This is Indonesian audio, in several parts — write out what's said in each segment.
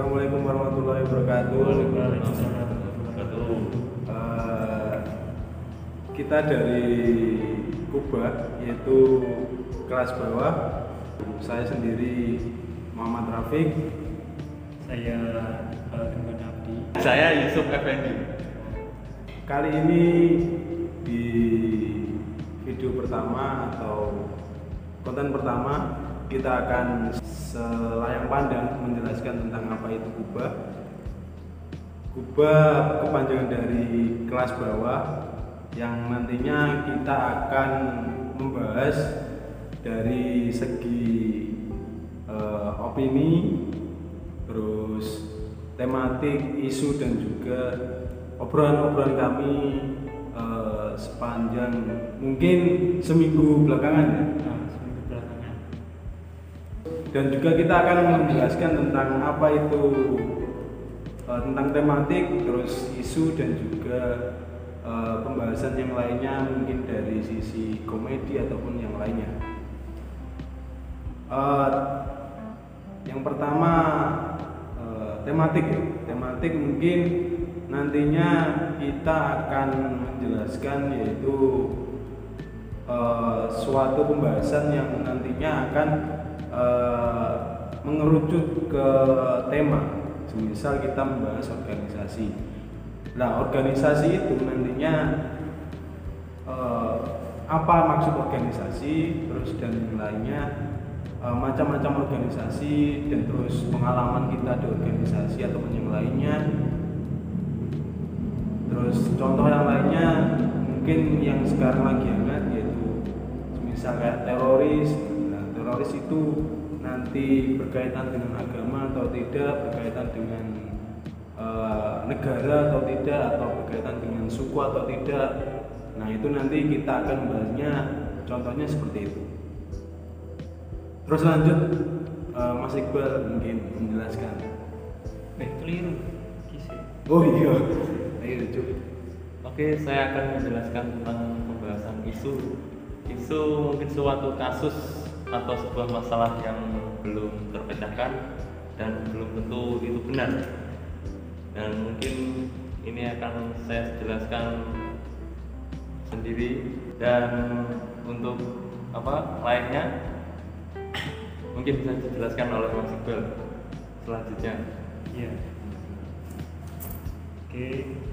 Assalamualaikum warahmatullahi wabarakatuh. Waalaikumsalam warahmatullahi Kita dari Kuba, yaitu kelas bawah. Saya sendiri Muhammad Rafiq. Saya Tenggon Abdi. Saya Yusuf Effendi. Kali ini di video pertama atau konten pertama kita akan selayang pandang menjelaskan tentang apa itu Kuba. Kuba kepanjangan dari kelas bawah yang nantinya kita akan membahas dari segi opini, terus tematik, isu dan juga obrolan-obrolan kami sepanjang mungkin seminggu belakangan ya. Seminggu belakangan. Dan juga kita akan menjelaskan tentang apa itu tentang tematik, terus isu dan juga pembahasan yang lainnya mungkin dari sisi komedi ataupun yang lainnya. Yang pertama tematik ya. Tematik mungkin nantinya kita akan menjelaskan yaitu suatu pembahasan yang nantinya akan mengerucut ke tema. Misal kita membahas organisasi. Nah, organisasi itu nantinya apa maksud organisasi, terus dan yang lainnya, macam-macam organisasi dan terus pengalaman kita di organisasi ataupun yang lainnya. Terus contoh yang lainnya mungkin yang sekarang lagi hangat yaitu misal kayak teroris. Nah, teroris itu nanti berkaitan dengan agama atau tidak, berkaitan dengan negara atau tidak, atau berkaitan dengan suku atau tidak. Nah, itu nanti kita akan membahasnya, contohnya seperti itu. Terus lanjut, Mas Iqbal mungkin menjelaskan. Keliru. Kisi. Oh iya, ayo Cuk. Oke, saya akan menjelaskan tentang pembahasan isu. Isu mungkin suatu kasus atau sebuah masalah yang belum terpecahkan dan belum tentu itu benar. Dan mungkin ini akan saya jelaskan sendiri, dan untuk lainnya mungkin bisa dijelaskan oleh Mas Iqbal selanjutnya. Iya. Oke.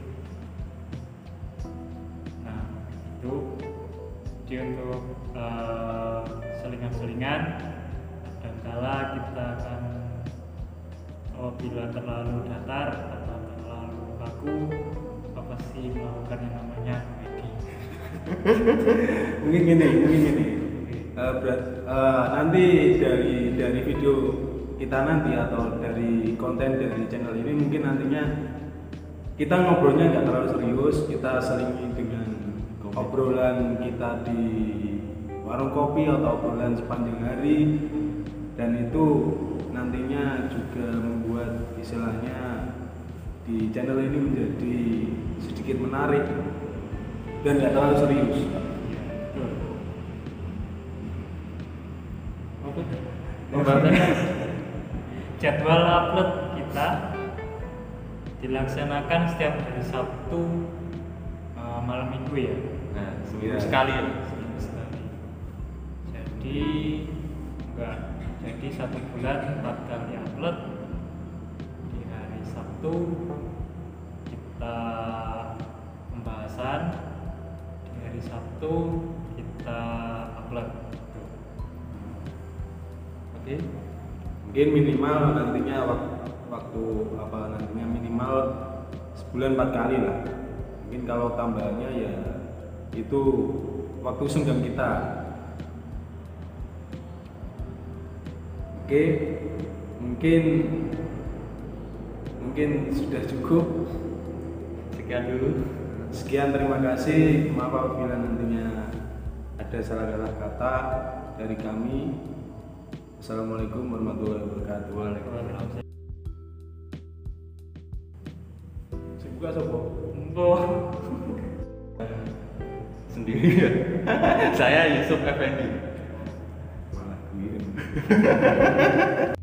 Nah, itu jadi untuk selingan-selingan kadangkala kita akan apabila terlalu datar atau terlalu kaku pasti melakukan yang namanya komedi. mungkin gini. Nanti dari video kita nanti atau dari konten dari channel ini mungkin nantinya kita ngobrolnya nggak terlalu serius, kita selingi dengan obrolan kita di warung kopi atau obrolan sepanjang hari, dan itu nantinya juga membuat istilahnya di channel ini menjadi sedikit menarik dan nggak terlalu serius. Pembahasannya jadwal upload kita dilaksanakan setiap hari Sabtu malam minggu ya. Nah, seminggu sekali ya. Seminggu sekali. Jadi 1 bulan 4 kali upload. Di hari Sabtu kita pembahasan, di hari Sabtu kita upload. Oke. Mungkin minimal nantinya waktu nantinya minimal sebulan 4 kali lah. Mungkin kalau tambahannya ya itu waktu senggang kita. Oke, mungkin sudah cukup. Sekian dulu. Sekian, terima kasih. Maaf apabila nantinya ada salah kata dari kami. Assalamualaikum warahmatullahi wabarakatuh. Waalaikumsalam. Buka sopo? Sendiri ya. Saya Yusuf Effendi. Malah gue.